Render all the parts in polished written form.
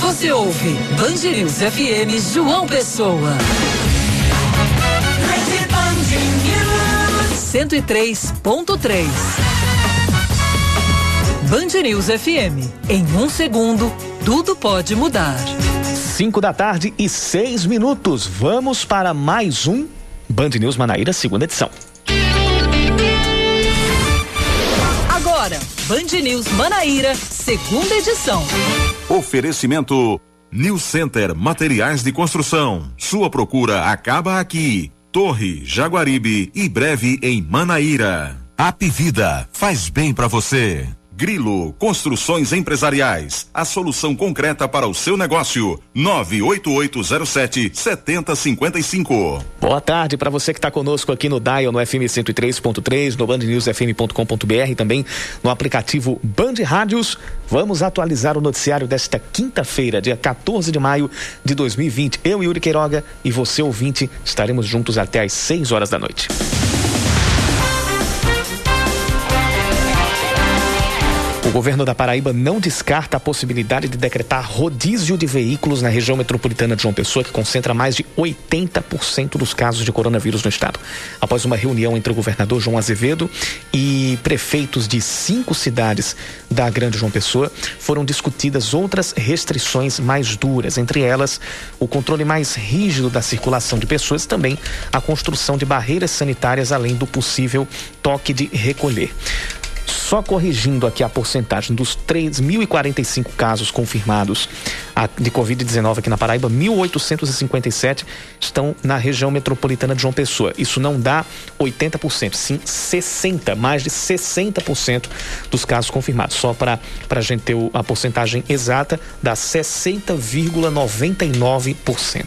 Você ouve Band News FM João Pessoa. 103.3. Band News FM. Em 1 segundo, tudo pode mudar. 5h06. Vamos para mais um Band News Manaíra, segunda edição. Agora, Band News Manaíra, segunda edição. Oferecimento New Center Materiais de Construção. Sua procura acaba aqui. Torre, Jaguaribe e breve em Manaíra. Apvida, faz bem pra você. Grilo, Construções Empresariais, a solução concreta para o seu negócio. 98807-7055. Boa tarde para você que está conosco aqui no Dial, no FM 103.3, no bandnewsfm.com.br, também no aplicativo Band Rádios. Vamos atualizar o noticiário desta quinta-feira, dia 14 de maio de 2020. Eu, Yuri Queiroga, e você, ouvinte, estaremos juntos até às 6 horas da noite. O governo da Paraíba não descarta a possibilidade de decretar rodízio de veículos na região metropolitana de João Pessoa, que concentra mais de 80% dos casos de coronavírus no estado. Após uma reunião entre o governador João Azevedo e prefeitos de 5 cidades da Grande João Pessoa, foram discutidas outras restrições mais duras, entre elas o controle mais rígido da circulação de pessoas e também a construção de barreiras sanitárias, além do possível toque de recolher. Só corrigindo aqui a porcentagem dos 3.045 casos confirmados de Covid-19 aqui na Paraíba, 1.857 estão na região metropolitana de João Pessoa. Isso não dá 80%, sim 60%, mais de 60% dos casos confirmados. Só para a gente ter a porcentagem exata, dá 60,99%.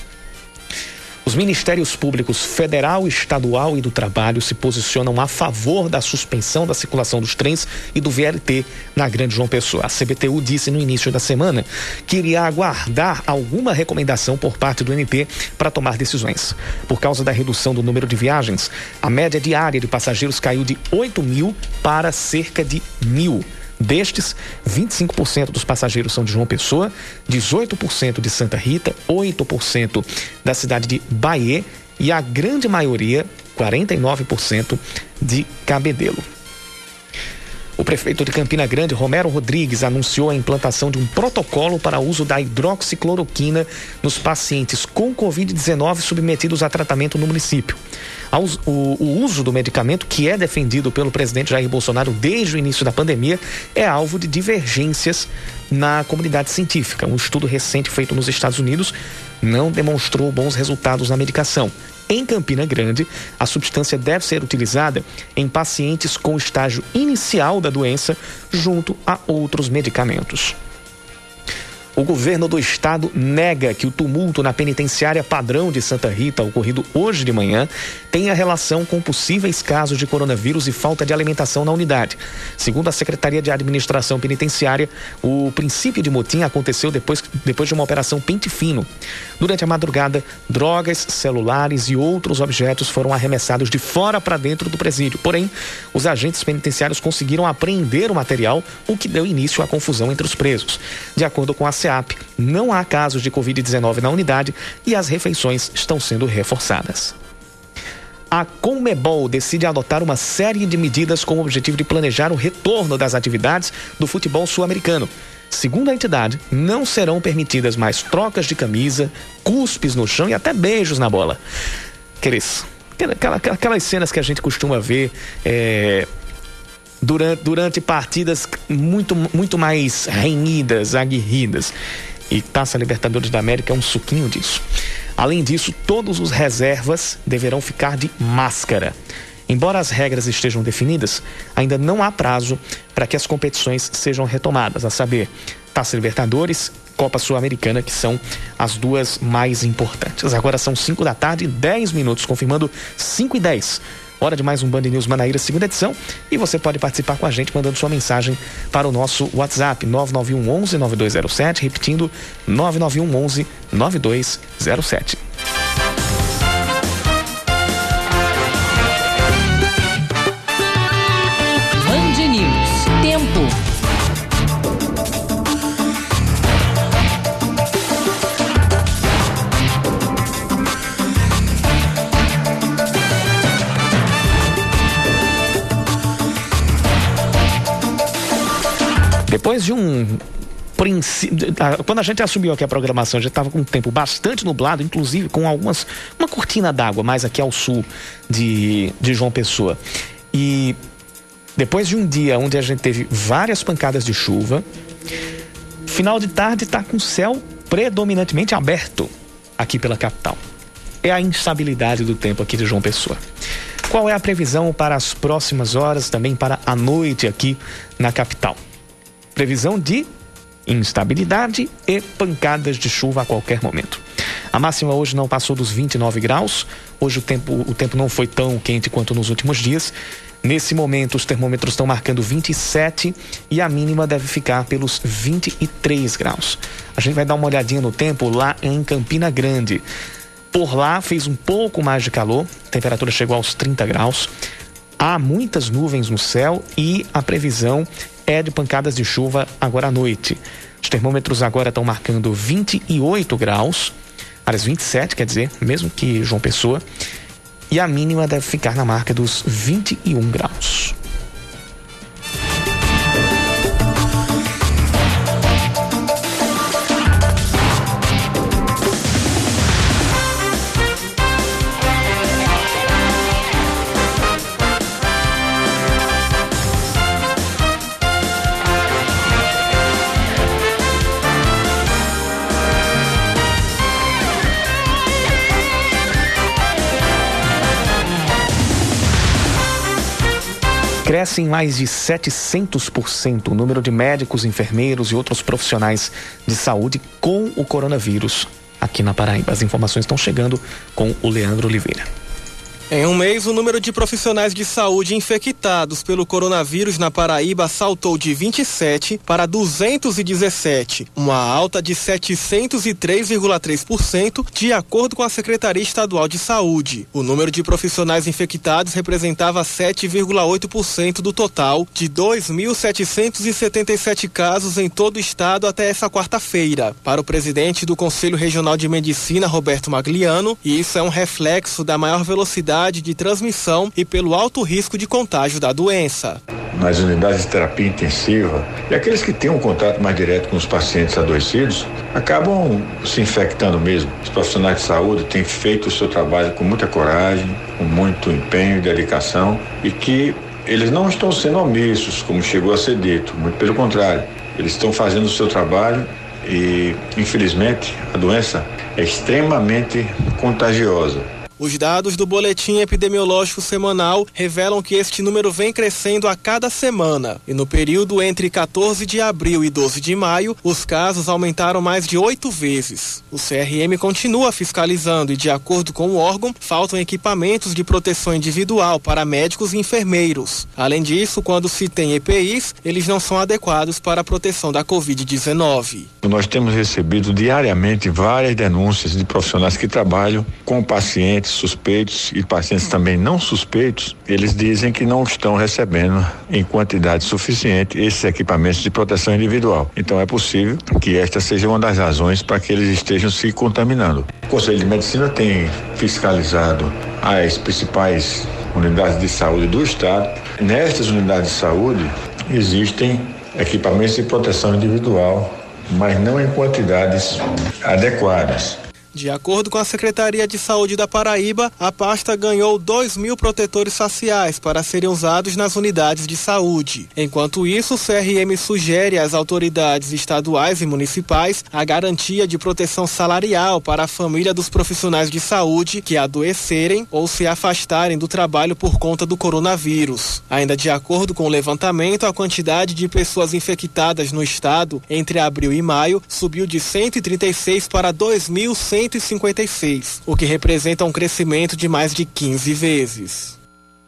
Os Ministérios Públicos Federal, Estadual e do Trabalho se posicionam a favor da suspensão da circulação dos trens e do VLT na Grande João Pessoa. A CBTU disse no início da semana que iria aguardar alguma recomendação por parte do MP para tomar decisões. Por causa da redução do número de viagens, a média diária de passageiros caiu de 8.000 para cerca de 1.000. Destes, 25% dos passageiros são de João Pessoa, 18% de Santa Rita, 8% da cidade de Bahia e a grande maioria, 49%, de Cabedelo. O prefeito de Campina Grande, Romero Rodrigues, anunciou a implantação de um protocolo para o uso da hidroxicloroquina nos pacientes com Covid-19 submetidos a tratamento no município. O uso do medicamento, que é defendido pelo presidente Jair Bolsonaro desde o início da pandemia, é alvo de divergências na comunidade científica. Um estudo recente feito nos Estados Unidos não demonstrou bons resultados na medicação. Em Campina Grande, a substância deve ser utilizada em pacientes com estágio inicial da doença, junto a outros medicamentos. O governo do estado nega que o tumulto na penitenciária padrão de Santa Rita, ocorrido hoje de manhã, tenha relação com possíveis casos de coronavírus e falta de alimentação na unidade. Segundo a Secretaria de Administração Penitenciária, o princípio de motim aconteceu depois de uma operação pente fino. Durante a madrugada, drogas, celulares e outros objetos foram arremessados de fora para dentro do presídio. Porém, os agentes penitenciários conseguiram apreender o material, o que deu início à confusão entre os presos. De acordo com a SEAP, não há casos de Covid-19 na unidade e as refeições estão sendo reforçadas. A Conmebol decide adotar uma série de medidas com o objetivo de planejar o retorno das atividades do futebol sul-americano. Segundo a entidade, não serão permitidas mais trocas de camisa, cuspes no chão e até beijos na bola. Aquelas cenas que a gente costuma ver durante partidas muito mais renhidas, aguerridas. E Taça Libertadores da América é um suquinho disso. Além disso, todos os reservas deverão ficar de máscara. Embora as regras estejam definidas, ainda não há prazo para que as competições sejam retomadas, a saber, Taça Libertadores, Copa Sul-Americana, que são as duas mais importantes. Agora são 5h10, confirmando 5h10. Hora de mais um Band News Manaíra, segunda edição, e você pode participar com a gente mandando sua mensagem para o nosso WhatsApp 991 11 9207, repetindo 991 11 9207. Band News, tempo. Depois de quando a gente assumiu aqui a programação, já estava com um tempo bastante nublado, inclusive com uma cortina d'água mais aqui ao sul de João Pessoa. E depois de um dia onde a gente teve várias pancadas de chuva, final de tarde está com o céu predominantemente aberto aqui pela capital. É a instabilidade do tempo aqui de João Pessoa. Qual é a previsão para as próximas horas, também para a noite aqui na capital? Previsão de instabilidade e pancadas de chuva a qualquer momento. A máxima hoje não passou dos 29 graus. Hoje o tempo não foi tão quente quanto nos últimos dias. Nesse momento os termômetros estão marcando 27 e a mínima deve ficar pelos 23 graus. A gente vai dar uma olhadinha no tempo lá em Campina Grande. Por lá fez um pouco mais de calor, a temperatura chegou aos 30 graus. Há muitas nuvens no céu e a previsão é de pancadas de chuva agora à noite. Os termômetros agora estão marcando 28 graus, aliás 27, quer dizer, mesmo que João Pessoa, e a mínima deve ficar na marca dos 21 graus. Cresce em mais de 700% o número de médicos, enfermeiros e outros profissionais de saúde com o coronavírus aqui na Paraíba. As informações estão chegando com o Leandro Oliveira. Em um mês, o número de profissionais de saúde infectados pelo coronavírus na Paraíba saltou de 27 para 217, uma alta de 703,3%, de acordo com a Secretaria Estadual de Saúde. O número de profissionais infectados representava 7,8% do total, de 2.777 casos em todo o estado até essa quarta-feira. Para o presidente do Conselho Regional de Medicina, Roberto Magliano, isso é um reflexo da maior velocidade de transmissão e pelo alto risco de contágio da doença. Nas unidades de terapia intensiva, e aqueles que têm um contato mais direto com os pacientes adoecidos acabam se infectando mesmo. Os profissionais de saúde têm feito o seu trabalho com muita coragem, com muito empenho e dedicação, e que eles não estão sendo omissos, como chegou a ser dito, muito pelo contrário. Eles estão fazendo o seu trabalho e, infelizmente, a doença é extremamente contagiosa. Os dados do boletim epidemiológico semanal revelam que este número vem crescendo a cada semana. E no período entre 14 de abril e 12 de maio, os casos aumentaram mais de 8 vezes. O CRM continua fiscalizando e, de acordo com o órgão, faltam equipamentos de proteção individual para médicos e enfermeiros. Além disso, quando se tem EPIs, eles não são adequados para a proteção da Covid-19. Nós temos recebido diariamente várias denúncias de profissionais que trabalham com pacientes suspeitos e pacientes também não suspeitos. Eles dizem que não estão recebendo em quantidade suficiente esses equipamentos de proteção individual. Então é possível que esta seja uma das razões para que eles estejam se contaminando. O Conselho de Medicina tem fiscalizado as principais unidades de saúde do estado. Nestas unidades de saúde existem equipamentos de proteção individual, mas não em quantidades adequadas. De acordo com a Secretaria de Saúde da Paraíba, a pasta ganhou 2.000 protetores faciais para serem usados nas unidades de saúde. Enquanto isso, o CRM sugere às autoridades estaduais e municipais a garantia de proteção salarial para a família dos profissionais de saúde que adoecerem ou se afastarem do trabalho por conta do coronavírus. Ainda de acordo com o levantamento, a quantidade de pessoas infectadas no estado entre abril e maio subiu de 136 para 2.156, o que representa um crescimento de mais de 15 vezes.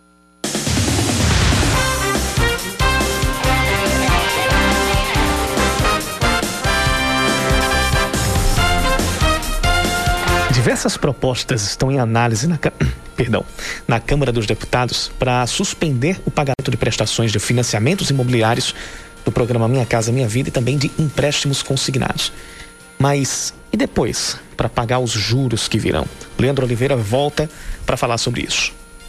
Diversas propostas estão em análise na Câmara dos Deputados para suspender o pagamento de prestações de financiamentos imobiliários do programa Minha Casa Minha Vida e também de empréstimos consignados. Mas e depois, para pagar os juros que virão? Leandro Oliveira volta para falar sobre isso.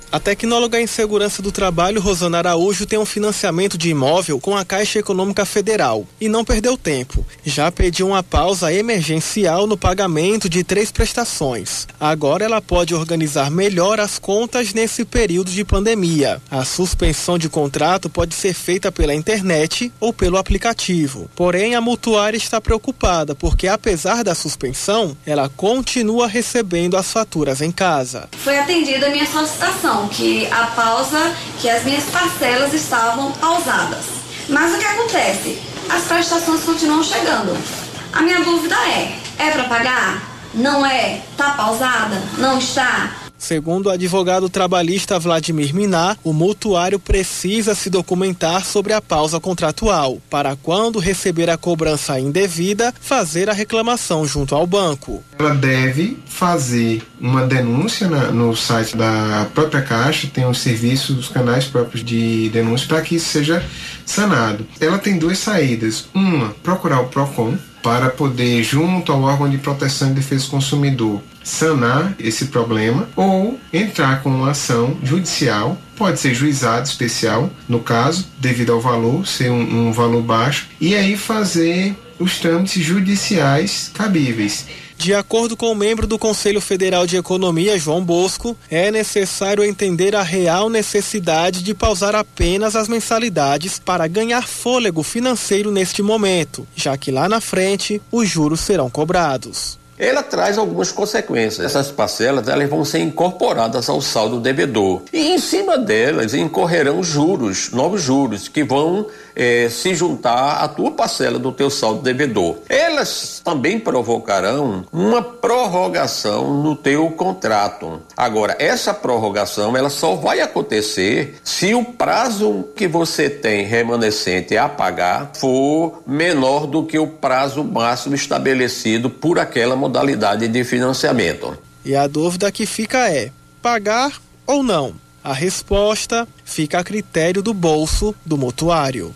A tecnóloga em segurança do trabalho, Rosana Araújo, tem um financiamento de imóvel com a Caixa Econômica Federal e não perdeu tempo. Já pediu uma pausa emergencial no pagamento de 3 prestações. Agora ela pode organizar melhor as contas nesse período de pandemia. A suspensão de contrato pode ser feita pela internet ou pelo aplicativo. Porém, a mutuária está preocupada porque, apesar da suspensão, ela continua recebendo as faturas em casa. Foi atendida a minha solicitação, que a pausa, que as minhas parcelas estavam pausadas. Mas o que acontece? As prestações continuam chegando. A minha dúvida é para pagar? Não é? Tá pausada? Não está? Segundo o advogado trabalhista Vladimir Minar, o mutuário precisa se documentar sobre a pausa contratual, para quando receber a cobrança indevida, fazer a reclamação junto ao banco. Ela deve fazer uma denúncia no site da própria Caixa, tem os serviços, os canais próprios de denúncia para que isso seja sanado. Ela tem 2 saídas. Uma, procurar o PROCON para poder, junto ao órgão de proteção e defesa do consumidor, sanar esse problema, ou entrar com uma ação judicial, pode ser juizado especial, no caso, devido ao valor, ser um valor baixo, e aí fazer os trâmites judiciais cabíveis. De acordo com o membro do Conselho Federal de Economia, João Bosco, é necessário entender a real necessidade de pausar apenas as mensalidades para ganhar fôlego financeiro neste momento, já que lá na frente os juros serão cobrados. Ela traz algumas consequências. Essas parcelas elas vão ser incorporadas ao saldo devedor. E em cima delas incorrerão juros, novos juros, que vão se juntar à tua parcela do teu saldo devedor. Elas também provocarão uma prorrogação no teu contrato. Agora, essa prorrogação ela só vai acontecer se o prazo que você tem remanescente a pagar for menor do que o prazo máximo estabelecido por aquela modalidade de financiamento. E a dúvida que fica é: pagar ou não? A resposta fica a critério do bolso do mutuário.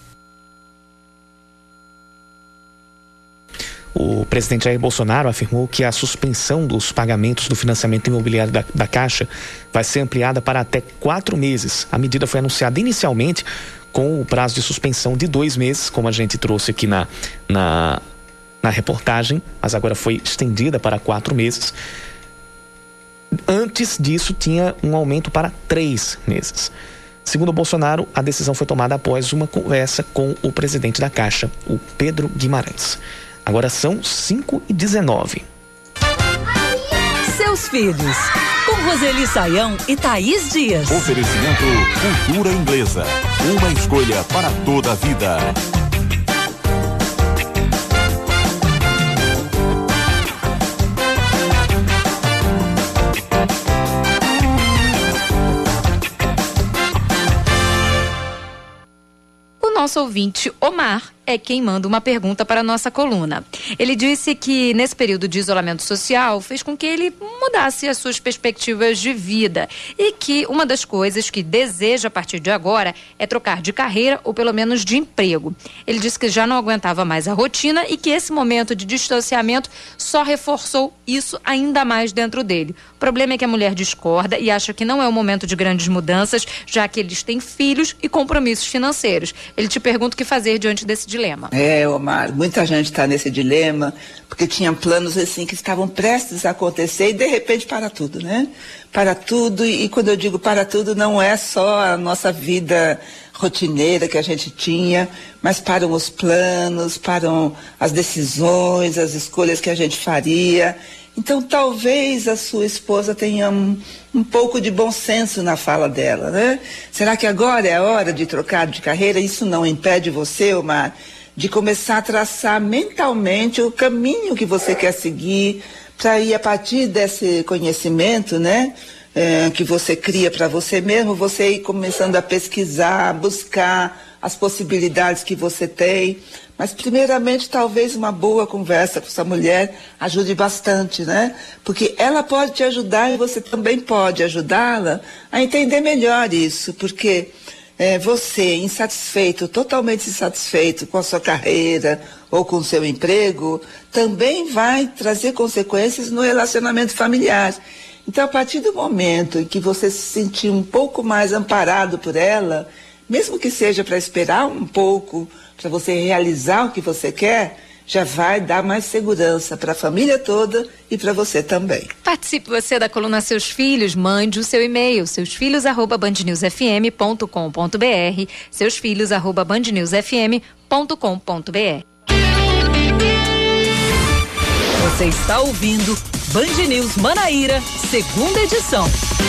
O presidente Jair Bolsonaro afirmou que a suspensão dos pagamentos do financiamento imobiliário da Caixa vai ser ampliada para até 4 meses. A medida foi anunciada inicialmente com o prazo de suspensão de 2 meses, como a gente trouxe aqui na reportagem, mas agora foi estendida para 4 meses. Antes disso, tinha um aumento para 3 meses. Segundo o Bolsonaro, a decisão foi tomada após uma conversa com o presidente da Caixa, o Pedro Guimarães. Agora são 5h19. Seus filhos, com Roseli Saião e Thaís Dias. Oferecimento Cultura Inglesa. Uma escolha para toda a vida. Nosso ouvinte Omar é quem manda uma pergunta para a nossa coluna. Ele disse que nesse período de isolamento social fez com que ele mudasse as suas perspectivas de vida e que uma das coisas que deseja a partir de agora é trocar de carreira ou pelo menos de emprego. Ele disse que já não aguentava mais a rotina e que esse momento de distanciamento só reforçou isso ainda mais dentro dele. O problema é que a mulher discorda e acha que não é o momento de grandes mudanças, já que eles têm filhos e compromissos financeiros. Ele te pergunta o que fazer diante desse dilema. Omar, muita gente está nesse dilema, porque tinha planos assim que estavam prestes a acontecer e de repente para tudo, né? Para tudo, e quando eu digo para tudo, não é só a nossa vida rotineira que a gente tinha, mas param os planos, param as decisões, as escolhas que a gente faria. Então, talvez a sua esposa tenha um pouco de bom senso na fala dela, né? Será que agora é a hora de trocar de carreira? Isso não impede você, Omar, de começar a traçar mentalmente o caminho que você quer seguir para ir a partir desse conhecimento, né? Que você cria para você mesmo, você ir começando a pesquisar, buscar as possibilidades que você tem. Mas, primeiramente, talvez uma boa conversa com essa mulher ajude bastante, né? Porque ela pode te ajudar e você também pode ajudá-la a entender melhor isso. Porque você, insatisfeito, totalmente insatisfeito com a sua carreira ou com o seu emprego, também vai trazer consequências no relacionamento familiar. Então, a partir do momento em que você se sentir um pouco mais amparado por ela, mesmo que seja para esperar um pouco, para você realizar o que você quer, já vai dar mais segurança para a família toda e para você também. Participe você da coluna Seus Filhos, mande o seu e-mail, seusfilhos@bandnewsfm.com.br, seusfilhos@bandnewsfm.com.br. Você está ouvindo Band News Manaíra, segunda edição.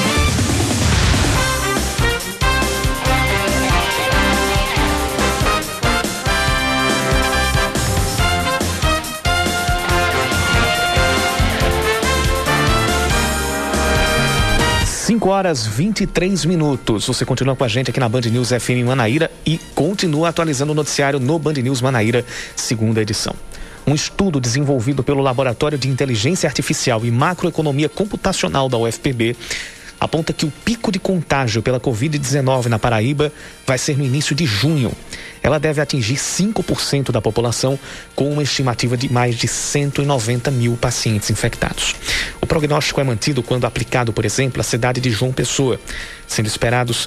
Cinco horas 23 minutos. Você continua com a gente aqui na Band News FM Manaíra e continua atualizando o noticiário no Band News Manaíra, segunda edição. Um estudo desenvolvido pelo Laboratório de Inteligência Artificial e Macroeconomia Computacional da UFPB aponta que o pico de contágio pela Covid-19 na Paraíba vai ser no início de junho. Ela deve atingir 5% da população, com uma estimativa de mais de 190 mil pacientes infectados. O prognóstico é mantido quando aplicado, por exemplo, à cidade de João Pessoa, sendo esperados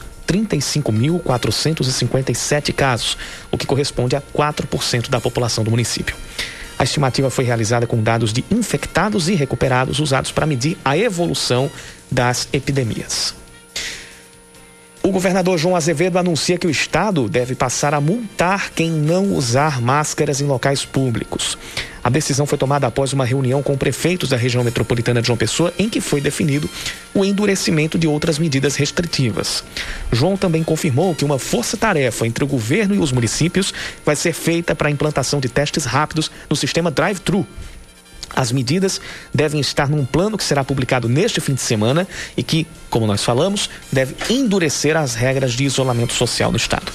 35.457 casos, o que corresponde a 4% da população do município. A estimativa foi realizada com dados de infectados e recuperados usados para medir a evolução das epidemias. O governador João Azevedo anuncia que o estado deve passar a multar quem não usar máscaras em locais públicos. A decisão foi tomada após uma reunião com prefeitos da região metropolitana de João Pessoa, em que foi definido o endurecimento de outras medidas restritivas. João também confirmou que uma força-tarefa entre o governo e os municípios vai ser feita para a implantação de testes rápidos no sistema drive-thru. As medidas devem estar num plano que será publicado neste fim de semana e que, como nós falamos, deve endurecer as regras de isolamento social no estado.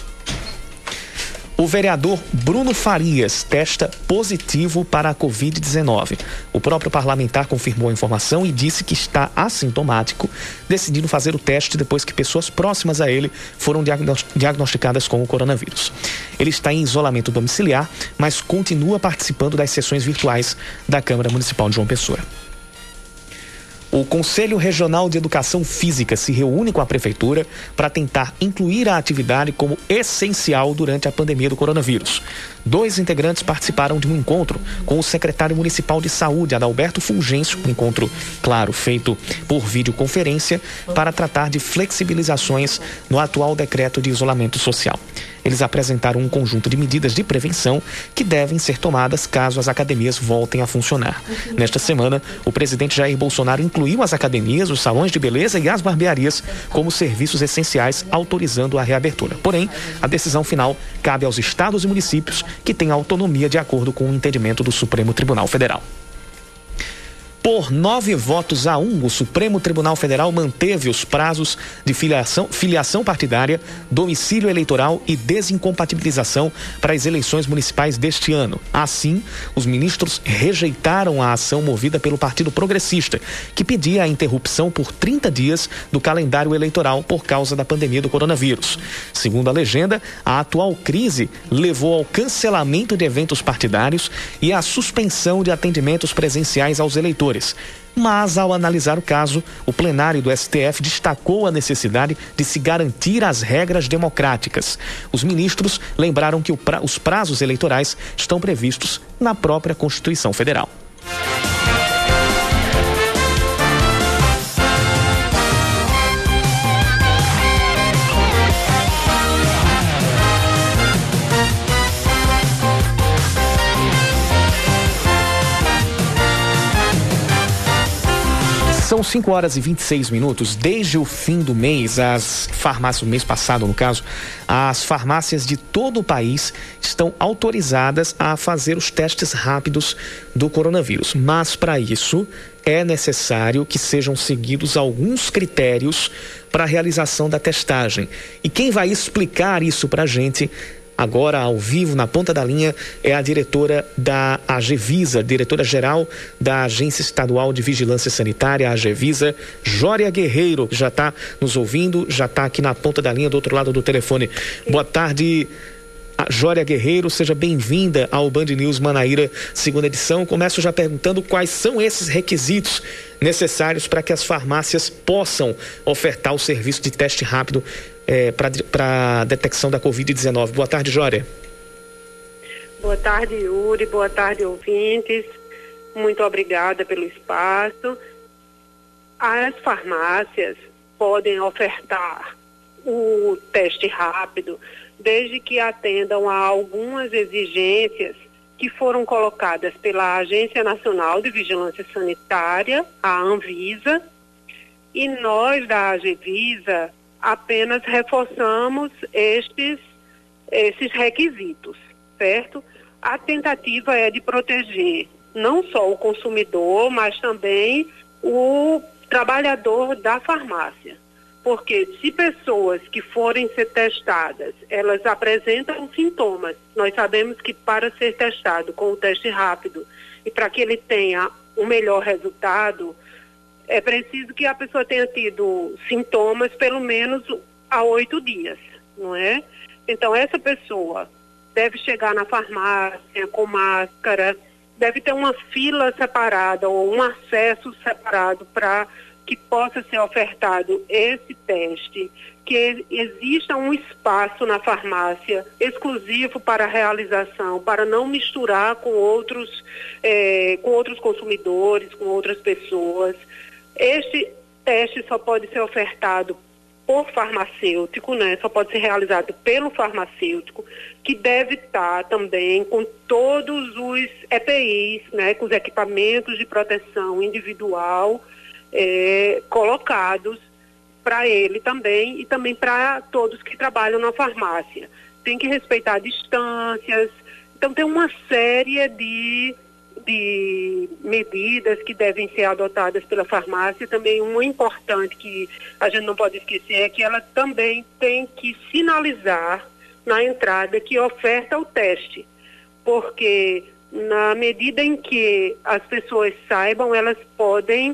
O vereador Bruno Farias testa positivo para a Covid-19. O próprio parlamentar confirmou a informação e disse que está assintomático, decidindo fazer o teste depois que pessoas próximas a ele foram diagnosticadas com o coronavírus. Ele está em isolamento domiciliar, mas continua participando das sessões virtuais da Câmara Municipal de João Pessoa. O Conselho Regional de Educação Física se reúne com a Prefeitura para tentar incluir a atividade como essencial durante a pandemia do coronavírus. 2 integrantes participaram de um encontro com o secretário municipal de saúde, Adalberto Fulgêncio, um encontro, claro, feito por videoconferência para tratar de flexibilizações no atual decreto de isolamento social. Eles apresentaram um conjunto de medidas de prevenção que devem ser tomadas caso as academias voltem a funcionar. Nesta semana, o presidente Jair Bolsonaro incluiu as academias, os salões de beleza e as barbearias como serviços essenciais, autorizando a reabertura. Porém, a decisão final cabe aos estados e municípios, que têm autonomia de acordo com o entendimento do Supremo Tribunal Federal. Por 9-1, o Supremo Tribunal Federal manteve os prazos de filiação partidária, domicílio eleitoral e desincompatibilização para as eleições municipais deste ano. Assim, os ministros rejeitaram a ação movida pelo Partido Progressista, que pedia a interrupção por 30 dias do calendário eleitoral por causa da pandemia do coronavírus. Segundo a legenda, a atual crise levou ao cancelamento de eventos partidários e à suspensão de atendimentos presenciais aos eleitores. Mas, ao analisar o caso, o plenário do STF destacou a necessidade de se garantir as regras democráticas. Os ministros lembraram que os prazos eleitorais estão previstos na própria Constituição Federal. São 5 horas e 26 minutos. Desde o fim do mês, as farmácias, o mês passado no caso, as farmácias de todo o país estão autorizadas a fazer os testes rápidos do coronavírus. Mas para isso é necessário que sejam seguidos alguns critérios para a realização da testagem. E quem vai explicar isso para a gente agora, ao vivo, na ponta da linha, é a diretora da AGEVISA, diretora-geral da Agência Estadual de Vigilância Sanitária, a AGEVISA, Jória Guerreiro, que já está nos ouvindo, já está aqui na ponta da linha, do outro lado do telefone. Boa tarde, Jória Guerreiro, seja bem-vinda ao Band News Manaíra, segunda edição. Começo já perguntando quais são esses requisitos necessários para que as farmácias possam ofertar o serviço de teste rápido para a detecção da Covid-19. Boa tarde, Jória. Boa tarde, Yuri. Boa tarde, ouvintes. Muito obrigada pelo espaço. As farmácias podem ofertar o teste rápido desde que atendam a algumas exigências que foram colocadas pela Agência Nacional de Vigilância Sanitária, a Anvisa, e nós da Agevisa apenas reforçamos esses requisitos, certo? A tentativa é de proteger não só o consumidor, mas também o trabalhador da farmácia. Porque se pessoas que forem ser testadas, elas apresentam sintomas, nós sabemos que para ser testado com o teste rápido e para que ele tenha um melhor resultado, é preciso que a pessoa tenha tido sintomas pelo menos há 8 dias, não é? Então essa pessoa deve chegar na farmácia com máscara, deve ter uma fila separada ou um acesso separado para que possa ser ofertado esse teste, que exista um espaço na farmácia exclusivo para a realização, para não misturar com outros consumidores, com outras pessoas. Este teste só pode ser ofertado por farmacêutico, né? Só pode ser realizado pelo farmacêutico, que deve estar também com todos os EPIs, né? Com os equipamentos de proteção individual colocados para ele também e também para todos que trabalham na farmácia. Tem que respeitar distâncias. Então tem uma série de medidas que devem ser adotadas pela farmácia. Também uma importante que a gente não pode esquecer é que ela também tem que sinalizar na entrada que oferta o teste, porque na medida em que as pessoas saibam, elas podem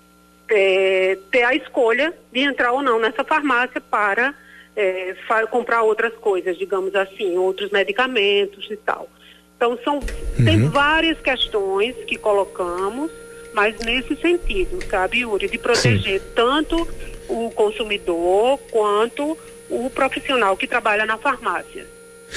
ter a escolha de entrar ou não nessa farmácia para comprar outras coisas, digamos assim, outros medicamentos e tal. Então tem várias questões que colocamos, mas nesse sentido, sabe, Yuri, de proteger tanto o consumidor quanto o profissional que trabalha na farmácia.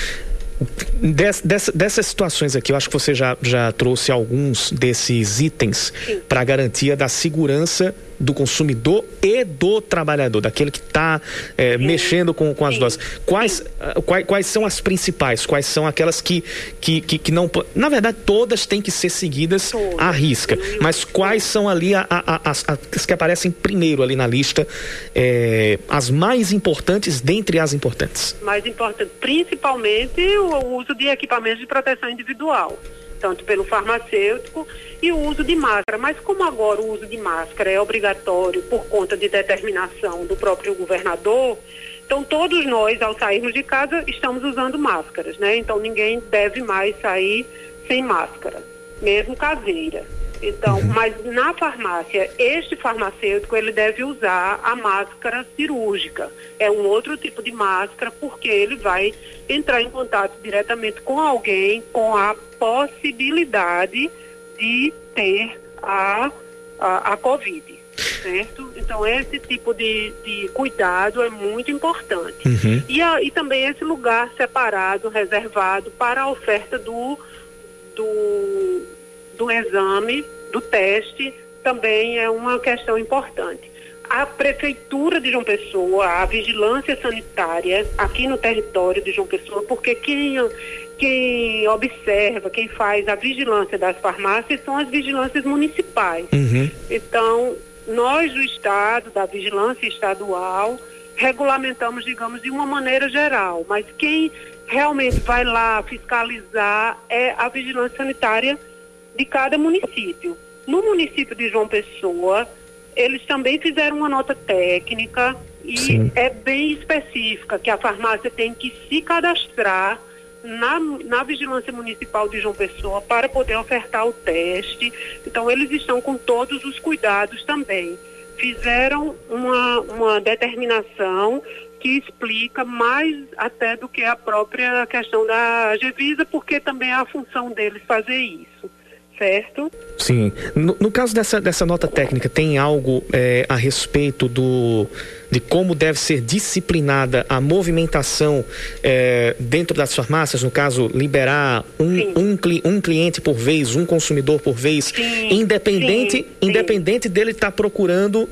Dessas situações aqui, eu acho que você já trouxe alguns desses itens para a garantia da segurança do consumidor e do trabalhador, daquele que está mexendo com as doses. Quais são as principais? Quais são aquelas que não... Na verdade, todas têm que ser seguidas à risca, mas quais são ali as que aparecem primeiro ali na lista, as mais importantes dentre as importantes? Mais importante, principalmente o uso de equipamentos de proteção individual, tanto pelo farmacêutico e o uso de máscara. Mas como agora o uso de máscara é obrigatório por conta de determinação do próprio governador, então todos nós, ao sairmos de casa, estamos usando máscaras, né? Então ninguém deve mais sair sem máscara, mesmo caseira. Então, mas na farmácia, este farmacêutico, ele deve usar a máscara cirúrgica. É um outro tipo de máscara, porque ele vai entrar em contato diretamente com alguém com a possibilidade de ter a Covid, certo? Então, esse tipo de cuidado é muito importante. E também esse lugar separado, reservado para a oferta do exame, do teste, também é uma questão importante. A Prefeitura de João Pessoa, a Vigilância Sanitária aqui no território de João Pessoa, porque quem observa, quem faz a vigilância das farmácias são as vigilâncias municipais. Então, nós do Estado, da Vigilância Estadual, regulamentamos, digamos, de uma maneira geral, mas quem realmente vai lá fiscalizar é a Vigilância Sanitária de cada município. No município de João Pessoa, eles também fizeram uma nota técnica e é bem específica, que a farmácia tem que se cadastrar na Vigilância Municipal de João Pessoa para poder ofertar o teste. Então, eles estão com todos os cuidados também. Fizeram uma determinação que explica mais até do que a própria questão da Anvisa, porque também é a função deles fazer isso, certo? Sim. No caso dessa nota técnica, tem algo a respeito de como deve ser disciplinada a movimentação dentro das farmácias, no caso, liberar um cliente por vez, um consumidor por vez, sim, independente dele estar procurando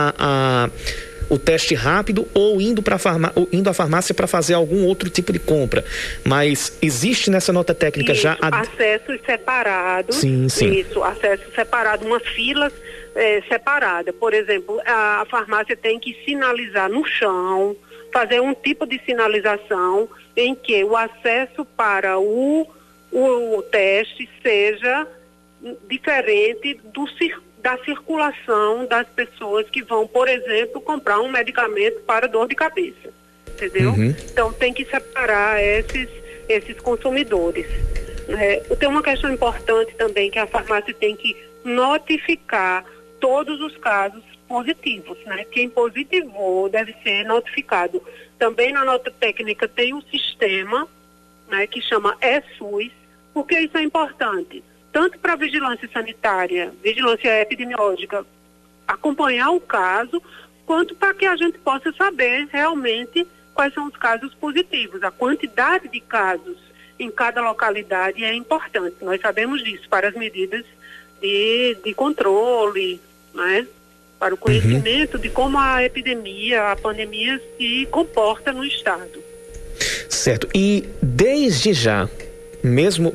o teste rápido ou indo à farmácia para fazer algum outro tipo de compra. Mas existe nessa nota técnica isso, já... acessos separados. Sim. Isso, acesso separado, uma fila separada. Por exemplo, a farmácia tem que sinalizar no chão, fazer um tipo de sinalização em que o acesso para o teste seja diferente da circulação das pessoas que vão, por exemplo, comprar um medicamento para dor de cabeça, entendeu? Então tem que separar esses consumidores. Tem uma questão importante também, que a farmácia tem que notificar todos os casos positivos, né? Quem positivou deve ser notificado. Também na nota técnica tem um sistema, né, que chama eSUS. Por que isso é importante? Tanto para a vigilância sanitária, vigilância epidemiológica, acompanhar o caso, quanto para que a gente possa saber realmente quais são os casos positivos. A quantidade de casos em cada localidade é importante. Nós sabemos disso para as medidas de controle, né? Para o conhecimento de como a pandemia se comporta no estado. Certo. E desde já, mesmo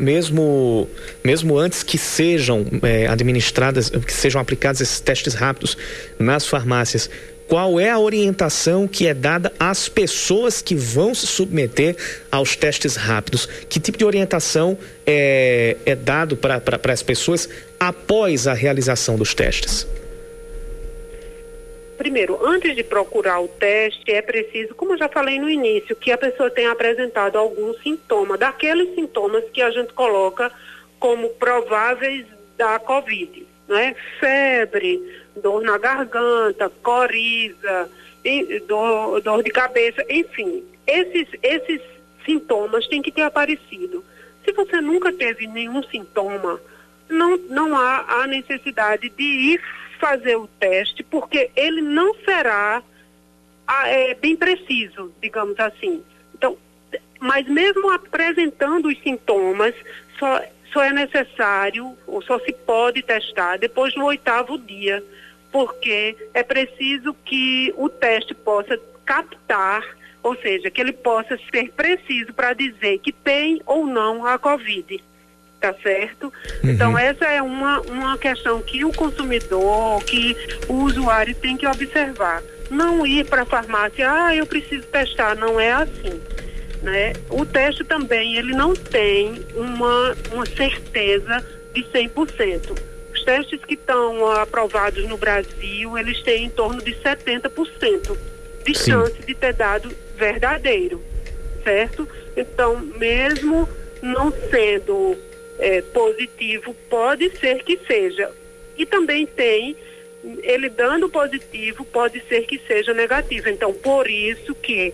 antes que sejam administradas, que sejam aplicados esses testes rápidos nas farmácias, qual é a orientação que é dada às pessoas que vão se submeter aos testes rápidos? Que tipo de orientação é dado para as pessoas após a realização dos testes? Primeiro, antes de procurar o teste, é preciso, como eu já falei no início, que a pessoa tenha apresentado algum sintoma, daqueles sintomas que a gente coloca como prováveis da Covid, né? Febre, dor na garganta, coriza, dor de cabeça, enfim. Esses sintomas têm que ter aparecido. Se você nunca teve nenhum sintoma, não há a necessidade de ir fazer o teste, porque ele não será bem preciso, digamos assim. Então, mas mesmo apresentando os sintomas, só é necessário, ou só se pode testar depois do 8º dia, porque é preciso que o teste possa captar, ou seja, que ele possa ser preciso para dizer que tem ou não a Covid. Tá certo? Então essa é uma questão que o consumidor, que o usuário tem que observar. Não ir para a farmácia, eu preciso testar, não é assim, né? O teste também, ele não tem uma certeza de 100%. Os testes que estão aprovados no Brasil, eles têm em torno de 70% de chance de ter dado verdadeiro, certo? Então, mesmo não sendo positivo, pode ser que seja. E também tem, ele dando positivo, pode ser que seja negativo. Então, por isso que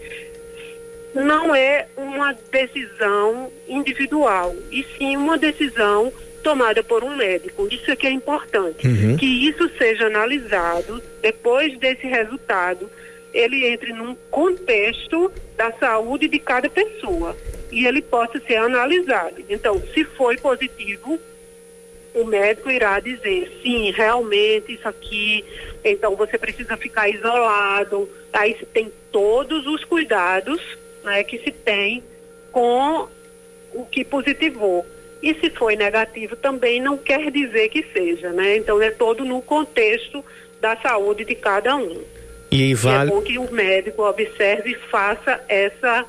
não é uma decisão individual, e sim uma decisão tomada por um médico. Isso é que é importante. Que isso seja analisado, depois desse resultado, ele entre num contexto da saúde de cada pessoa e ele possa ser analisado. Então, se foi positivo, o médico irá dizer, sim, realmente isso aqui, então você precisa ficar isolado. Aí se tem todos os cuidados, né, que se tem com o que positivou. E se foi negativo também não quer dizer que seja, né? Então é todo no contexto da saúde de cada um. E vale... é bom que o médico observe e faça essa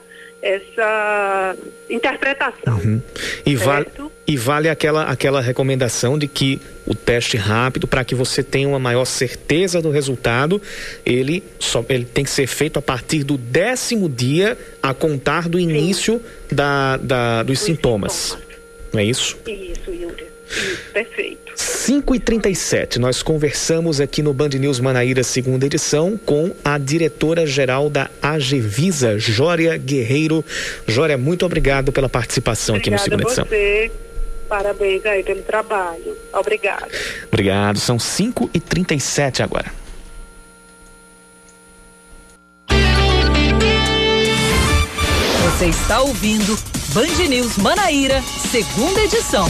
interpretação. E vale aquela recomendação de que o teste rápido, para que você tenha uma maior certeza do resultado, ele tem que ser feito a partir do 10º dia a contar do início dos sintomas. Não é isso? Isso, Yuri. Isso, perfeito. 5h37, nós conversamos aqui no Band News Manaíra, segunda edição, com a diretora-geral da AGVISA, Jória Guerreiro. Jória, muito obrigado pela participação aqui no Segunda Edição. Você. Parabéns aí pelo trabalho. Obrigada. Obrigado. São 5h37 agora. Você está ouvindo Band News Manaíra, segunda edição.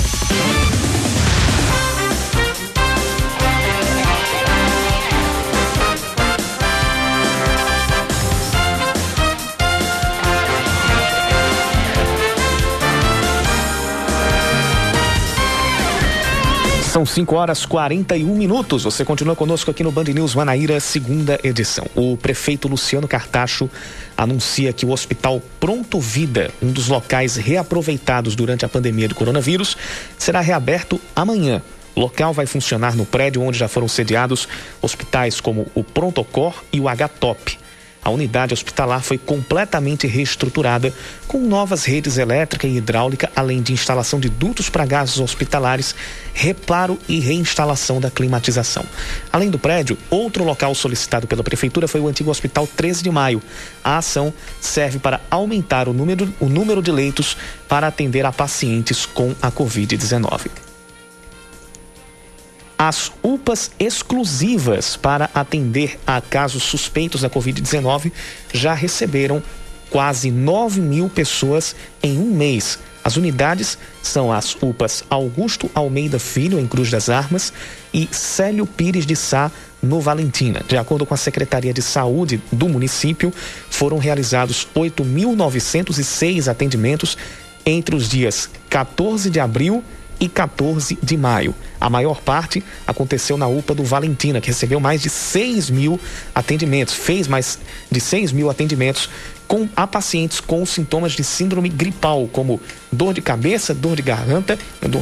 São 5h41. Você continua conosco aqui no Band News Manaíra, segunda edição. O prefeito Luciano Cartacho anuncia que o Hospital Pronto Vida, um dos locais reaproveitados durante a pandemia do coronavírus, será reaberto amanhã. O local vai funcionar no prédio onde já foram sediados hospitais como o Prontocor e o HTOP. A unidade hospitalar foi completamente reestruturada com novas redes elétrica e hidráulica, além de instalação de dutos para gases hospitalares, reparo e reinstalação da climatização. Além do prédio, outro local solicitado pela Prefeitura foi o antigo Hospital 13 de Maio. A ação serve para aumentar o número de leitos para atender a pacientes com a Covid-19. As UPAs exclusivas para atender a casos suspeitos da Covid-19 já receberam quase 9 mil pessoas em um mês. As unidades são as UPAs Augusto Almeida Filho, em Cruz das Armas, e Célio Pires de Sá, no Valentina. De acordo com a Secretaria de Saúde do município, foram realizados 8.906 atendimentos entre os dias 14 de abril e 14 de maio. A maior parte aconteceu na UPA do Valentina, que recebeu mais de 6 mil atendimentos, fez mais de 6 mil atendimentos a pacientes com sintomas de síndrome gripal, como dor de cabeça, dor de garganta,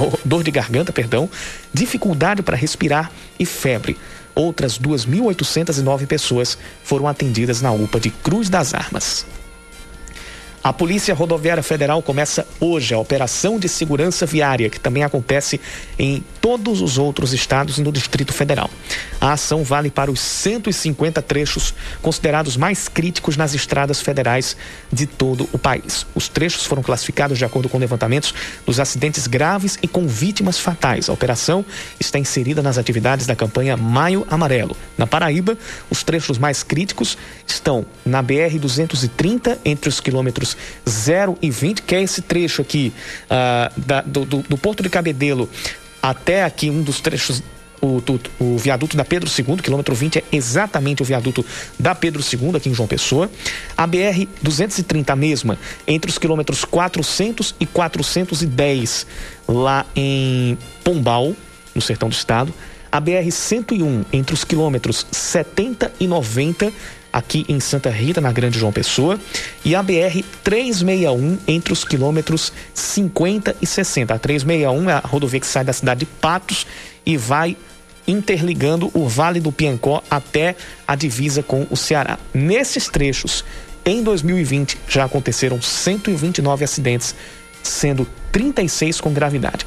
dificuldade para respirar e febre. Outras 2.809 pessoas foram atendidas na UPA de Cruz das Armas. A Polícia Rodoviária Federal começa hoje a Operação de Segurança Viária, que também acontece em todos os outros estados e no Distrito Federal. A ação vale para os 150 trechos considerados mais críticos nas estradas federais de todo o país. Os trechos foram classificados de acordo com levantamentos dos acidentes graves e com vítimas fatais. A operação está inserida nas atividades da campanha Maio Amarelo. Na Paraíba, os trechos mais críticos estão na BR-230, entre os quilômetros 0 e 20, que é esse trecho aqui do Porto de Cabedelo até aqui um dos trechos, o viaduto da Pedro II, quilômetro 20 é exatamente o viaduto da Pedro II aqui em João Pessoa. A BR-230 mesma, entre os quilômetros 400 e 410 lá em Pombal, no sertão do estado. A BR-101 entre os quilômetros 70 e 90 aqui em Santa Rita, na Grande João Pessoa, e a BR-361 entre os quilômetros 50 e 60. A 361 é a rodovia que sai da cidade de Patos e vai interligando o Vale do Piancó até a divisa com o Ceará. Nesses trechos, em 2020, já aconteceram 129 acidentes, sendo 36 com gravidade.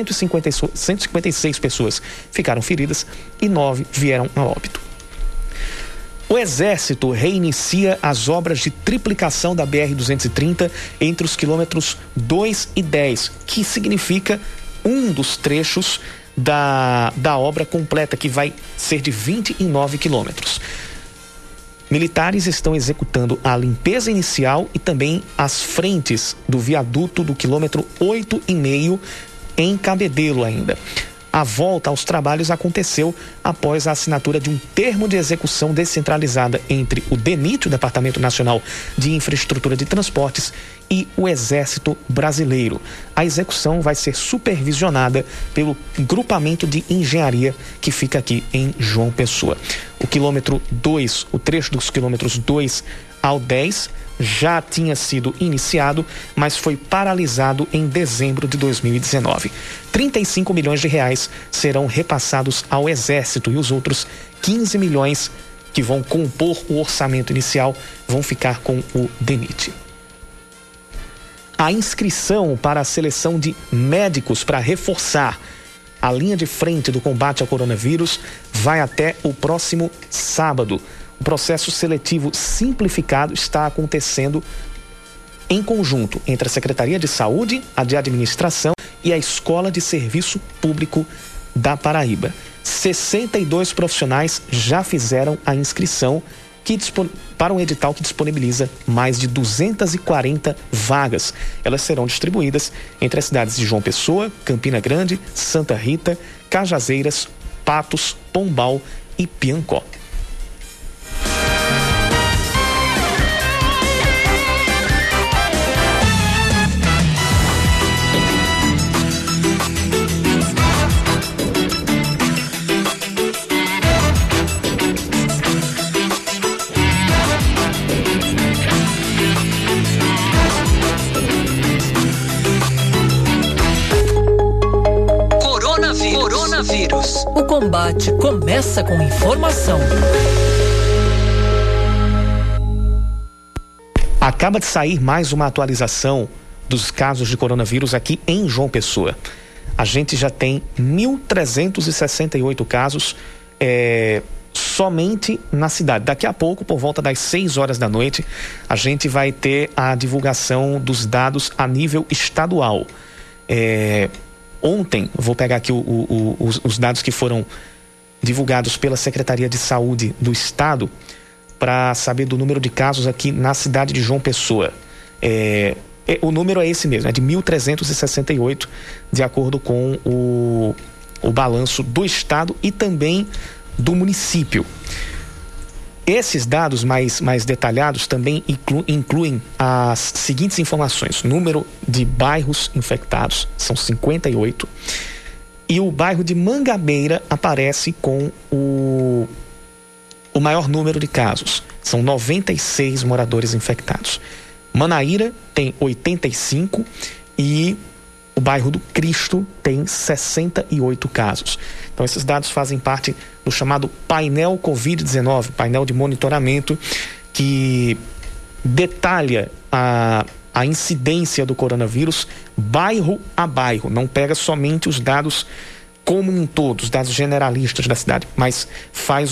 156 pessoas ficaram feridas e 9 vieram a óbito. O Exército reinicia as obras de triplicação da BR-230 entre os quilômetros 2 e 10, que significa um dos trechos da obra completa, que vai ser de 29 quilômetros. Militares estão executando a limpeza inicial e também as frentes do viaduto do quilômetro 8,5 em Cabedelo ainda. A volta aos trabalhos aconteceu após a assinatura de um termo de execução descentralizada entre o DENIT, o Departamento Nacional de Infraestrutura de Transportes, e o Exército Brasileiro. A execução vai ser supervisionada pelo grupamento de engenharia que fica aqui em João Pessoa. O quilômetro 2, o trecho dos quilômetros 2 ao 10, já tinha sido iniciado, mas foi paralisado em dezembro de 2019. 35 milhões de reais serão repassados ao Exército e os outros 15 milhões que vão compor o orçamento inicial vão ficar com o DENIT. A inscrição para a seleção de médicos para reforçar A linha de frente do combate ao coronavírus vai até o próximo sábado. O processo seletivo simplificado está acontecendo em conjunto entre a Secretaria de Saúde, a de Administração e a Escola de Serviço Público da Paraíba. 62 profissionais já fizeram a inscrição para um edital que disponibiliza mais de 240 vagas. Elas serão distribuídas entre as cidades de João Pessoa, Campina Grande, Santa Rita, Cajazeiras, Patos, Pombal e Piancó. Coronavírus. O combate começa com informação. Acaba de sair mais uma atualização dos casos de coronavírus aqui em João Pessoa. A gente já tem 1.368 casos somente na cidade. Daqui a pouco, por volta das 6 horas da noite, a gente vai ter a divulgação dos dados a nível estadual. Ontem, vou pegar aqui os dados que foram divulgados pela Secretaria de Saúde do Estado para saber do número de casos aqui na cidade de João Pessoa. O número é esse mesmo, é de 1.368, de acordo com o balanço do Estado e também do município. Esses dados mais detalhados também incluem as seguintes informações: número de bairros infectados, são 58, e o bairro de Mangabeira aparece com o maior número de casos, são 96 moradores infectados. Manaíra tem 85 e o bairro do Cristo tem 68 casos. Então esses dados fazem parte do chamado painel Covid-19, painel de monitoramento que detalha a incidência do coronavírus bairro a bairro, não pega somente os dados como um todo, os dados generalistas da cidade, mas faz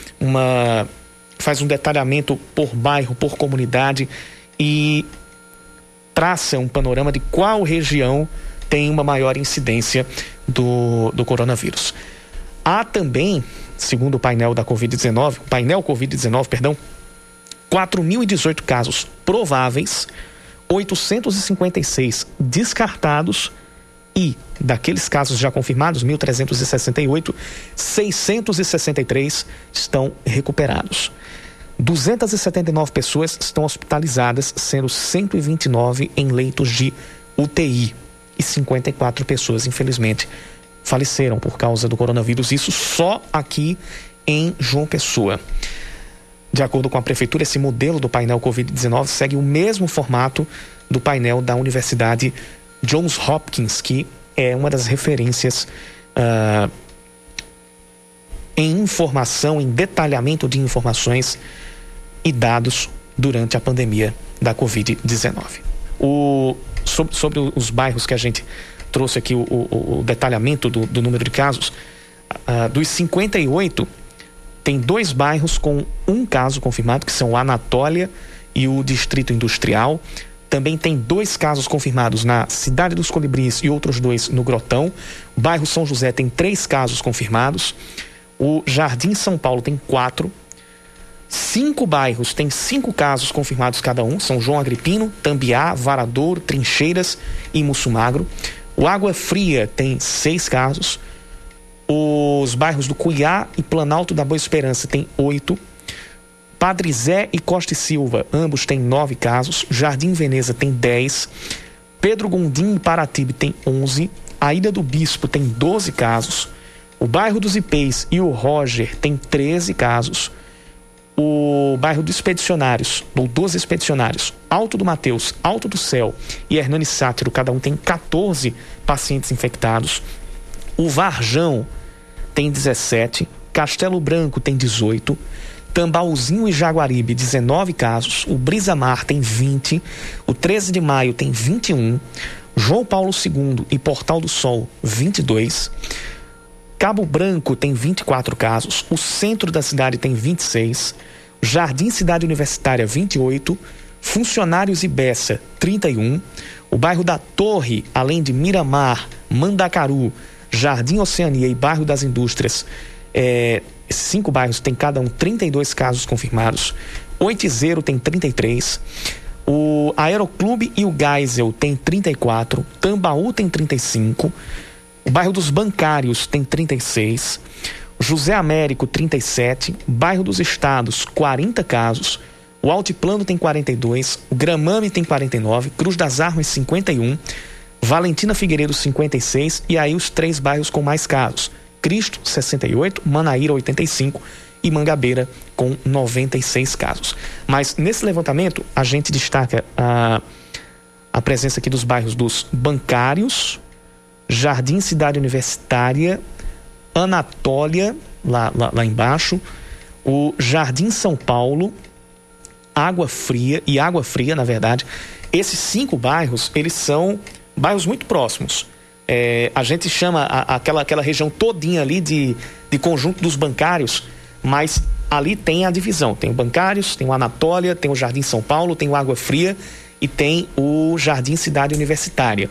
um detalhamento por bairro, por comunidade e traça um panorama de qual região tem uma maior incidência do coronavírus. Há também, segundo o painel Covid-19, 4.018 casos prováveis, 856 descartados e, daqueles casos já confirmados, 1.368, 663 estão recuperados. 279 pessoas estão hospitalizadas, sendo 129 em leitos de UTI. E 54 pessoas, infelizmente, faleceram por causa do coronavírus. Isso só aqui em João Pessoa. De acordo com a Prefeitura, esse modelo do painel Covid-19 segue o mesmo formato do painel da Universidade Johns Hopkins, que é uma das referências em informação, em detalhamento de informações e dados durante a pandemia da Covid-19. Sobre os bairros que a gente trouxe aqui, o detalhamento do número de casos, dos 58, tem 2 bairros com um caso confirmado, que são o Anatólia e o Distrito Industrial. Também tem 2 casos confirmados na Cidade dos Colibris e outros 2 no Grotão. O bairro São José tem 3 casos confirmados. O Jardim São Paulo tem 4. 5 bairros têm 5 casos confirmados cada um, São João Agripino, Tambiá, Varadouro, Trincheiras e Mussumagro. O Água Fria tem 6 casos. Os bairros do Cuiá e Planalto da Boa Esperança tem 8. Padre Zé e Costa e Silva, ambos têm 9 casos. Jardim Veneza tem 10. Pedro Gondim e Paratibe tem 11. A Ilha do Bispo tem 12 casos. O bairro dos Ipês e o Roger tem 13 casos. O bairro dos Expedicionários, ou dos Expedicionários, Alto do Mateus, Alto do Céu e Hernani Sátiro, cada um tem 14 pacientes infectados. O Varjão tem 17, Castelo Branco tem 18, Tambauzinho e Jaguaribe, 19 casos, o Brisa Mar tem 20, o 13 de Maio tem 21, João Paulo II e Portal do Sol, 22. Cabo Branco tem 24 casos. O centro da cidade tem 26. Jardim Cidade Universitária, 28. Funcionários e Bessa, 31. O bairro da Torre, além de Miramar, Mandacaru, Jardim Oceania e Bairro das Indústrias, esses 5 bairros têm cada um 32 casos confirmados. Oitizeiro tem 33. O Aeroclube e o Geisel tem 34. Tambaú tem 35. O bairro dos Bancários tem 36. José Américo, 37. Bairro dos Estados, 40 casos. O Altiplano tem 42. O Gramame tem 49. Cruz das Armas, 51. Valentina Figueiredo, 56. E aí os 3 bairros com mais casos: Cristo, 68. Manaíra, 85. E Mangabeira, com 96 casos. Mas nesse levantamento a gente destaca a presença aqui dos bairros dos Bancários, Jardim Cidade Universitária, Anatólia, lá embaixo, o Jardim São Paulo, Água Fria, na verdade. Esses 5 bairros, eles são bairros muito próximos. A gente chama aquela região todinha ali de Conjunto dos Bancários, mas ali tem a divisão. Tem o Bancários, tem o Anatólia, tem o Jardim São Paulo, tem o Água Fria e tem o Jardim Cidade Universitária.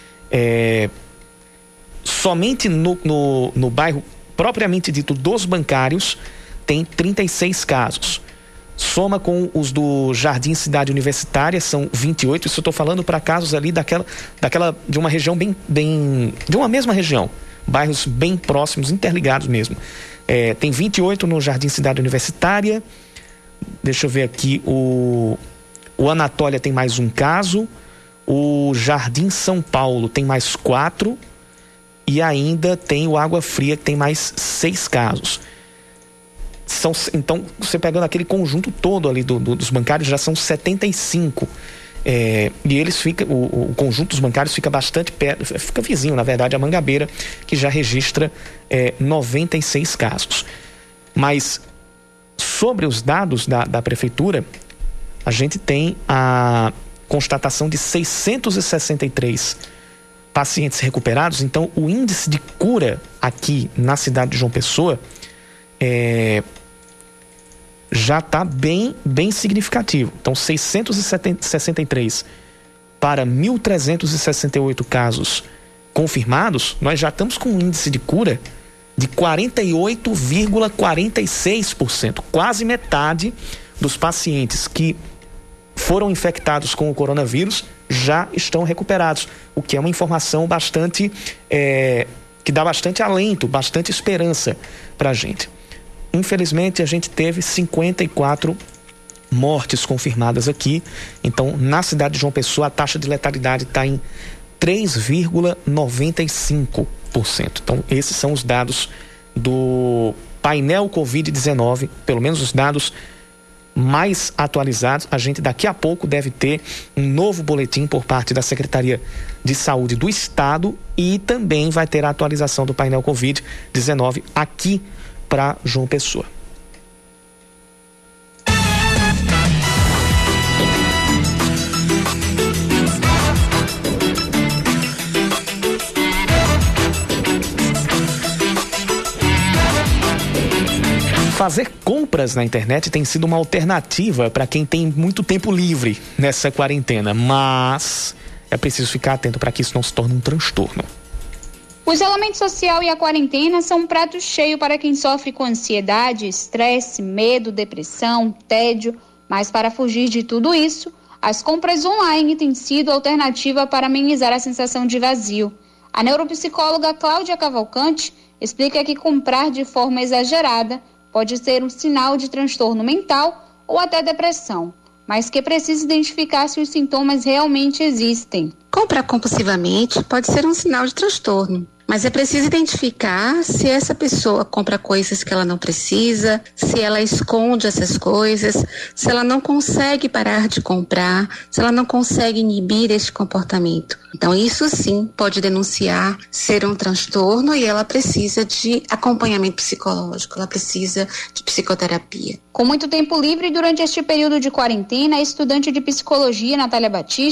Somente no bairro propriamente dito dos Bancários tem 36 casos. Soma com os do Jardim Cidade Universitária, são 28. Isso eu estou falando para casos ali de uma região bem de uma mesma região, bairros bem próximos, interligados mesmo. Tem 28 no Jardim Cidade Universitária. Deixa eu ver aqui, o Anatólia tem mais um caso, o Jardim São Paulo tem mais 4 e ainda tem o Água Fria, que tem mais 6 casos. Então, você pegando aquele conjunto todo ali dos bancários, já são 75. E eles ficam, o conjunto dos bancários fica bastante perto, fica vizinho, na verdade, a Mangabeira, que já registra 96 casos. Mas sobre os dados da prefeitura, a gente tem a constatação de 663 pacientes recuperados. Então, o índice de cura aqui na cidade de João Pessoa já está bem significativo. Então, 663 para 1.368 casos confirmados, nós já estamos com um índice de cura de 48,46%. Quase metade dos pacientes que foram infectados com o coronavírus já estão recuperados, o que é uma informação bastante que dá bastante alento, bastante esperança para a gente. Infelizmente, a gente teve 54 mortes confirmadas aqui. Então, na cidade de João Pessoa, a taxa de letalidade está em 3,95%. Então, esses são os dados do painel Covid-19, pelo menos os dados mais atualizados. A gente daqui a pouco deve ter um novo boletim por parte da Secretaria de Saúde do Estado e também vai ter a atualização do painel Covid-19 aqui para João Pessoa. Fazer compras na internet tem sido uma alternativa para quem tem muito tempo livre nessa quarentena, mas é preciso ficar atento para que isso não se torne um transtorno. O isolamento social e a quarentena são um prato cheio para quem sofre com ansiedade, estresse, medo, depressão, tédio. Mas para fugir de tudo isso, as compras online têm sido a alternativa para amenizar a sensação de vazio. A neuropsicóloga Cláudia Cavalcante explica que comprar de forma exagerada pode ser um sinal de transtorno mental ou até depressão, mas que precisa identificar se os sintomas realmente existem. Comprar compulsivamente pode ser um sinal de transtorno, mas é preciso identificar se essa pessoa compra coisas que ela não precisa, se ela esconde essas coisas, se ela não consegue parar de comprar, se ela não consegue inibir este comportamento. Então, isso sim pode denunciar ser um transtorno e ela precisa de acompanhamento psicológico, ela precisa de psicoterapia. Com muito tempo livre durante este período de quarentena, a estudante de psicologia Natália Batista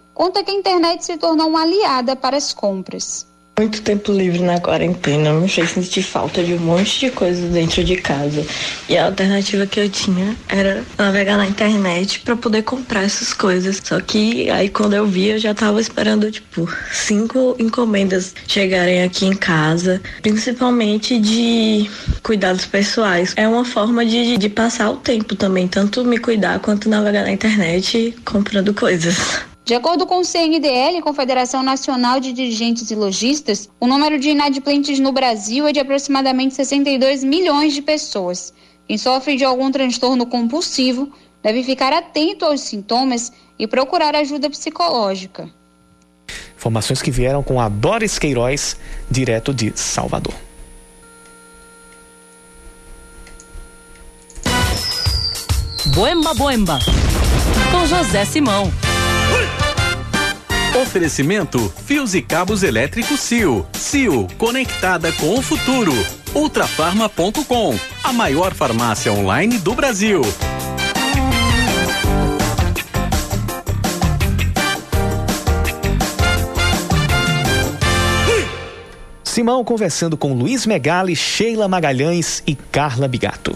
conta que a internet se tornou uma aliada para as compras. Muito tempo livre na quarentena me fez sentir falta de um monte de coisas dentro de casa. E a alternativa que eu tinha era navegar na internet para poder comprar essas coisas. Só que aí quando eu vi, eu já tava esperando 5 encomendas chegarem aqui em casa, principalmente de cuidados pessoais. É uma forma de passar o tempo também, tanto me cuidar quanto navegar na internet comprando coisas. De acordo com o CNDL, Confederação Nacional de Dirigentes e Lojistas, o número de inadimplentes no Brasil é de aproximadamente 62 milhões de pessoas. Quem sofre de algum transtorno compulsivo deve ficar atento aos sintomas e procurar ajuda psicológica. Informações que vieram com a Doris Queiroz, direto de Salvador. Boemba Boemba, com José Simão. Oferecimento Fios e Cabos Elétricos Sil. Sil, conectada com o futuro. Ultrafarma.com, a maior farmácia online do Brasil. Simão conversando com Luiz Megali, Sheila Magalhães e Carla Bigato.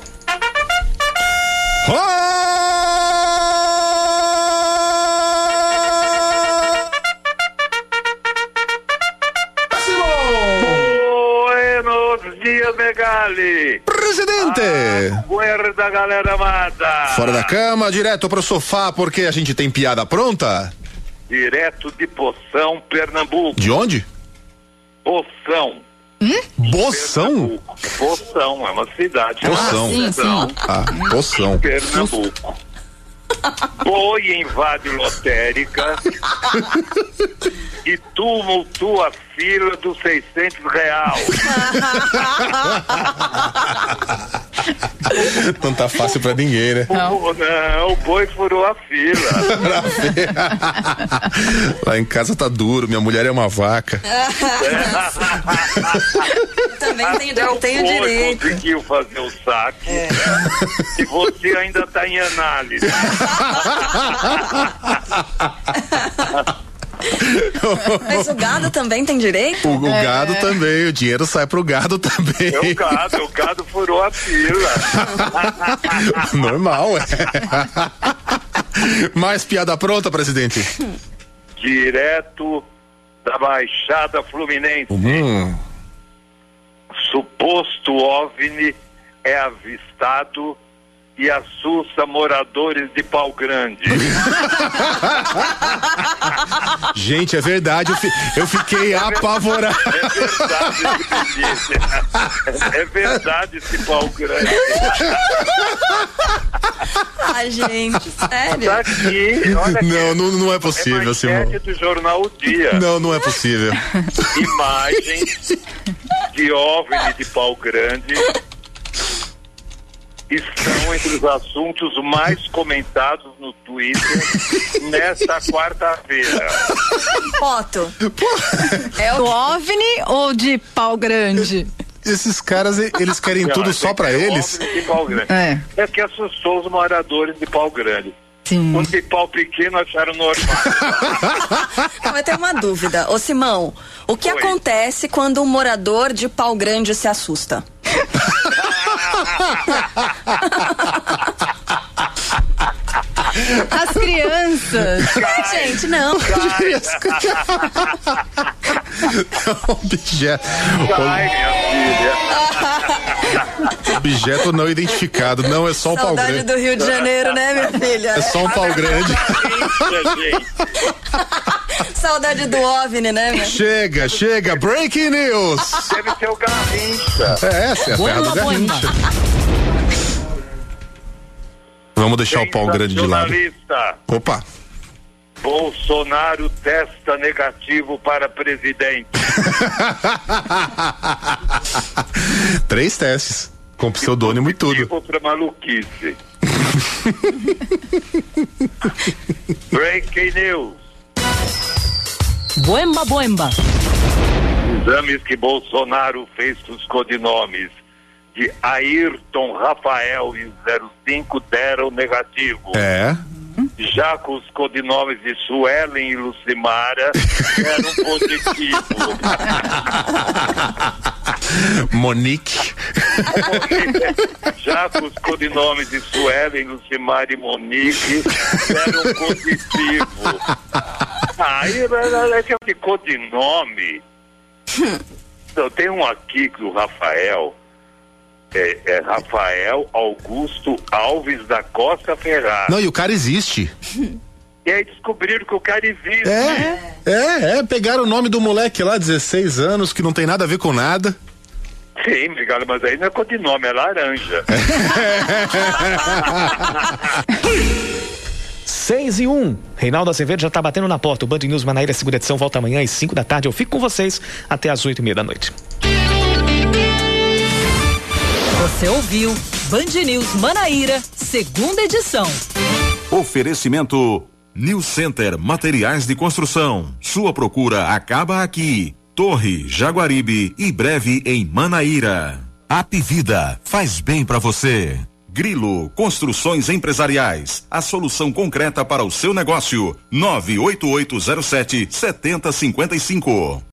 Megali. Presidente! Guarda, galera amada. Fora da cama, direto pro sofá, porque a gente tem piada pronta? Direto de Poção, Pernambuco. De onde? Poção. Boção? Poção, é uma cidade. Poção. Poção. Pernambuco. Boi invade lotérica e tumultua a fila dos R$600. Não tá fácil pra ninguém, né? Não, o boi furou a fila. Lá em casa tá duro, minha mulher é uma vaca. Também tenho direito. Conseguiu fazer o saque e você ainda tá em análise. Mas o gado também tem direito? O gado também, o dinheiro sai pro gado também. O gado furou a fila. Normal, Mais piada pronta, presidente? Direto da Baixada Fluminense. Suposto OVNI é avistado e assusta moradores de Pau Grande. Gente, é verdade, eu fiquei apavorado. É verdade esse Pau Grande. Ai, gente, sério? Tá aqui, olha aqui. Não é possível, Simão. Do jornal O Dia. Não é possível. Imagens de OVNI de Pau Grande estão entre os assuntos mais comentados no Twitter nesta quarta-feira. Foto. É o OVNI ou de Pau Grande? Esses caras, eles querem tudo só pra eles? De Pau Grande. É que assustou os moradores de Pau Grande. Sim. Os de Pau Pequeno acharam normal. Eu tenho uma dúvida. Ô Simão, o que acontece quando um morador de Pau Grande se assusta? As crianças. Gente, não. Objeto. Ai, minha filha. Objeto não identificado. Não, é só um pau grande. Saudade do Rio de Janeiro, né, minha filha? É só um pau grande. Saudade do OVNI, né, minha? Chega. Breaking news. Deve ser o Garrincha. Essa é a terra do Garrincha. Vamos deixar o pau grande de lado. Opa. Bolsonaro testa negativo para presidente. 3 testes. Com pseudônimo e tudo. Para maluquice. Breaking news. Boemba. Exames que Bolsonaro fez com os codinomes de Ayrton, Rafael e 05 deram negativo. já com os codinomes de Suelen e Lucimara, eram positivos. Monique. Já com os codinomes de Suelen, Lucimara e Monique, eram positivos. Esse é de codinome. Eu tenho um aqui do Rafael. É Rafael Augusto Alves da Costa Ferraz. Não, e o cara existe. E aí descobriram que o cara existe. Pegaram o nome do moleque lá, 16 anos, que não tem nada a ver com nada. Sim, obrigado, mas aí não é codinome, é laranja. 6:01. Reinaldo Azevedo já tá batendo na porta. O Band News Manaíra, segunda edição, volta amanhã às 5 da tarde. Eu fico com vocês até às 8:30 da noite. Você ouviu Band News Manaíra, segunda edição. Oferecimento New Center Materiais de Construção. Sua procura acaba aqui. Torre, Jaguaribe e breve em Manaíra. Apivida, faz bem pra você. Grilo Construções Empresariais, a solução concreta para o seu negócio. 98807-7055.